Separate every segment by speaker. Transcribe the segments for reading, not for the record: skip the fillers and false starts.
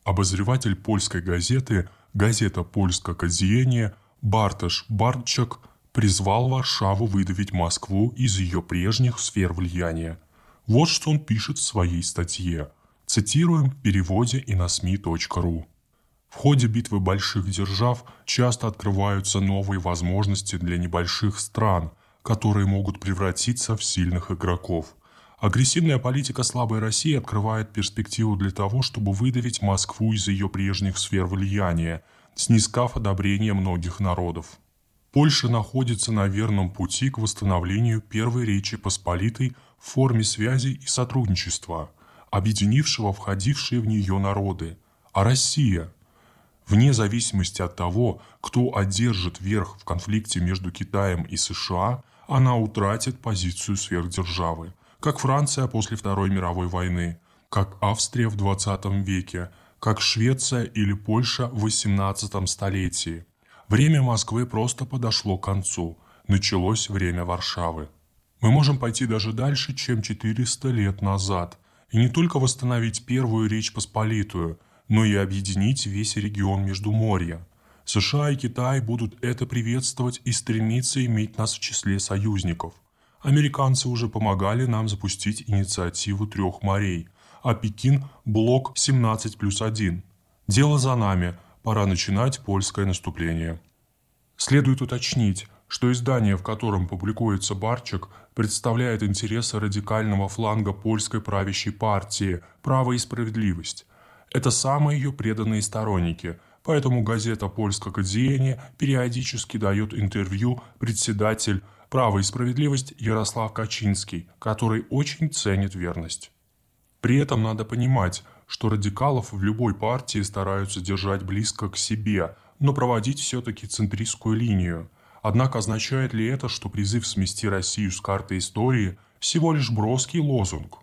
Speaker 1: Обозреватель польской газеты «Газета Польска Dziennie» Бартош Барчак призвал Варшаву выдавить Москву из ее прежних сфер влияния. Вот что он пишет в своей статье. Цитируем в переводе и на СМИ.ру. В ходе битвы больших держав часто открываются новые возможности для небольших стран, которые могут превратиться в сильных игроков. Агрессивная политика слабой России открывает перспективу для того, чтобы выдавить Москву из ее прежних сфер влияния, снискав одобрение многих народов. Польша находится на верном пути к восстановлению Первой Речи Посполитой в форме связи и сотрудничества, объединившего входившие в нее народы. А Россия? Вне зависимости от того, кто одержит верх в конфликте между Китаем и США, она утратит позицию сверхдержавы, как Франция после Второй мировой войны, как Австрия в 20 веке, как Швеция или Польша в 18 столетии. Время Москвы просто подошло к концу, началось время Варшавы. Мы можем пойти даже дальше, чем 400 лет назад, и не только восстановить Первую Речь Посполитую, но и объединить весь регион Междуморья. США и Китай будут это приветствовать и стремиться иметь нас в числе союзников. Американцы уже помогали нам запустить инициативу трех морей, а Пекин – блок 17+1. Дело за нами, пора начинать польское наступление. Следует уточнить, что издание, в котором публикуется Барчак, представляет интересы радикального фланга польской правящей партии «Право и справедливость». Это самые ее преданные сторонники, поэтому газета «Польска Dziennie» периодически дает интервью председатель «Право и справедливость» Ярослав Качинский, который очень ценит верность. При этом надо понимать, что радикалов в любой партии стараются держать близко к себе, но проводить все-таки центристскую линию. Однако означает ли это, что призыв смести Россию с карты истории всего лишь броский лозунг?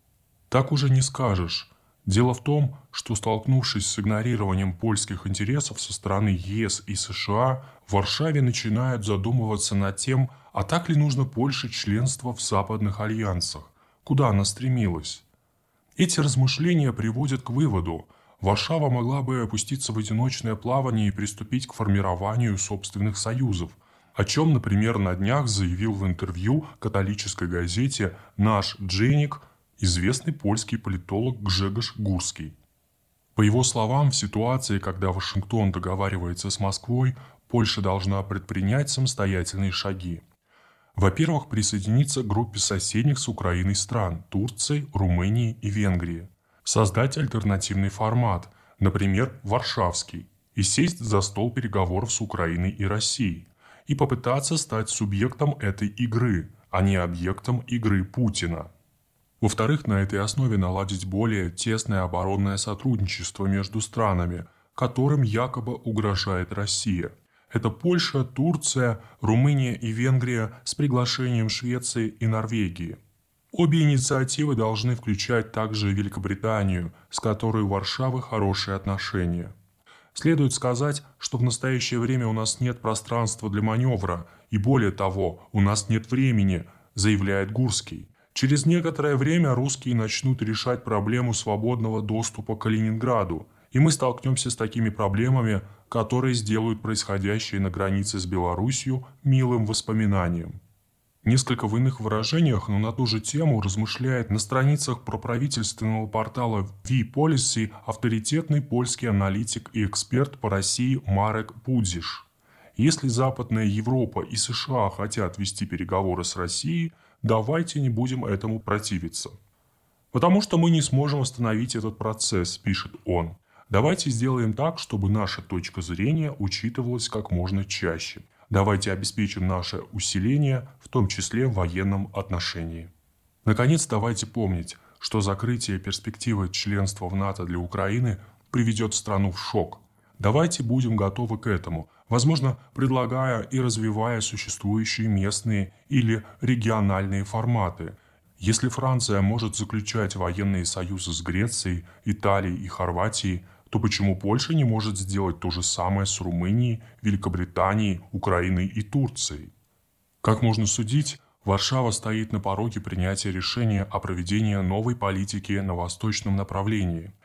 Speaker 1: Так уже не скажешь. Дело в том, что, столкнувшись с игнорированием польских интересов со стороны ЕС и США, в Варшаве начинают задумываться над тем, а так ли нужно Польше членство в западных альянсах, куда она стремилась. Эти размышления приводят к выводу: Варшава могла бы опуститься в одиночное плавание и приступить к формированию собственных союзов, о чем, например, на днях заявил в интервью католической газете «Наш Дженик» известный польский политолог Гжегош Гурский. По его словам, в ситуации, когда Вашингтон договаривается с Москвой, Польша должна предпринять самостоятельные шаги. Во-первых, присоединиться к группе соседних с Украиной стран – Турции, Румынии и Венгрии. Создать альтернативный формат, например, варшавский, и сесть за стол переговоров с Украиной и Россией. И попытаться стать субъектом этой игры, а не объектом игры Путина. Во-вторых, на этой основе наладить более тесное оборонное сотрудничество между странами, которым якобы угрожает Россия. Это Польша, Турция, Румыния и Венгрия с приглашением Швеции и Норвегии. Обе инициативы должны включать также Великобританию, с которой у Варшавы хорошие отношения. Следует сказать, что в настоящее время у нас нет пространства для маневра, и более того, у нас нет времени, заявляет Гурский. Через некоторое время русские начнут решать проблему свободного доступа к Калининграду, и мы столкнемся с такими проблемами, которые сделают происходящее на границе с Белоруссией милым воспоминанием. Несколько в иных выражениях, но на ту же тему размышляет на страницах проправительственного портала V-Policy авторитетный польский аналитик и эксперт по России Марек Будзиш. Если Западная Европа и США хотят вести переговоры с Россией, давайте не будем этому противиться. Потому что мы не сможем остановить этот процесс, пишет он. Давайте сделаем так, чтобы наша точка зрения учитывалась как можно чаще. Давайте обеспечим наше усиление, в том числе в военном отношении. Наконец, давайте помнить, что закрытие перспективы членства в НАТО для Украины приведет страну в шок. Давайте будем готовы к этому, возможно, предлагая и развивая существующие местные или региональные форматы. Если Франция может заключать военные союзы с Грецией, Италией и Хорватией, то почему Польша не может сделать то же самое с Румынией, Великобританией, Украиной и Турцией? Как можно судить, Варшава стоит на пороге принятия решения о проведении новой политики на восточном направлении.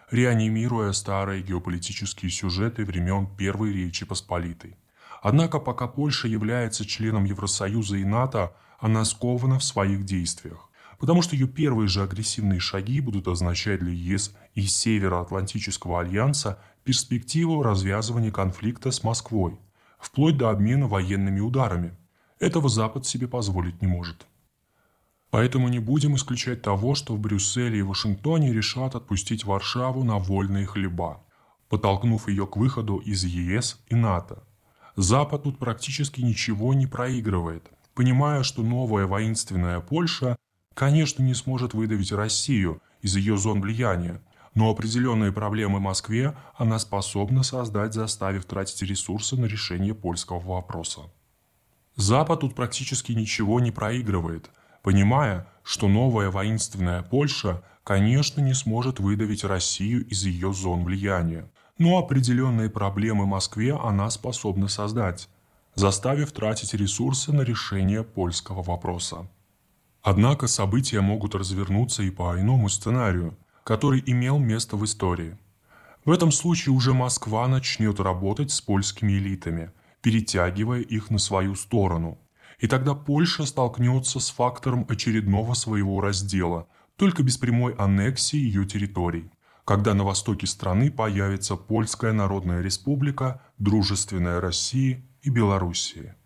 Speaker 1: реанимируя старые геополитические сюжеты времен Первой Речи Посполитой. Однако пока Польша является членом Евросоюза и НАТО, она скована в своих действиях, потому что ее первые же агрессивные шаги будут означать для ЕС и Североатлантического альянса перспективу развязывания конфликта с Москвой, вплоть до обмена военными ударами. Этого Запад себе позволить не может. Поэтому не будем исключать того, что в Брюсселе и Вашингтоне решат отпустить Варшаву на вольные хлеба, подтолкнув ее к выходу из ЕС и НАТО. Запад тут практически ничего не проигрывает, понимая, что новая воинственная Польша, конечно, не сможет выдавить Россию из ее зон влияния, но определенные проблемы Москве она способна создать, заставив тратить ресурсы на решение польского вопроса. Запад тут практически ничего не проигрывает, понимая, что новая воинственная Польша, конечно, не сможет выдавить Россию из ее зон влияния, но определенные проблемы Москве она способна создать, заставив тратить ресурсы на решение польского вопроса. Однако события могут развернуться и по иному сценарию, который имел место в истории. В этом случае уже Москва начнет работать с польскими элитами, перетягивая их на свою сторону. И тогда Польша столкнется с фактором очередного своего раздела, только без прямой аннексии ее территорий, когда на востоке страны появится Польская Народная Республика, дружественная России и Белоруссии.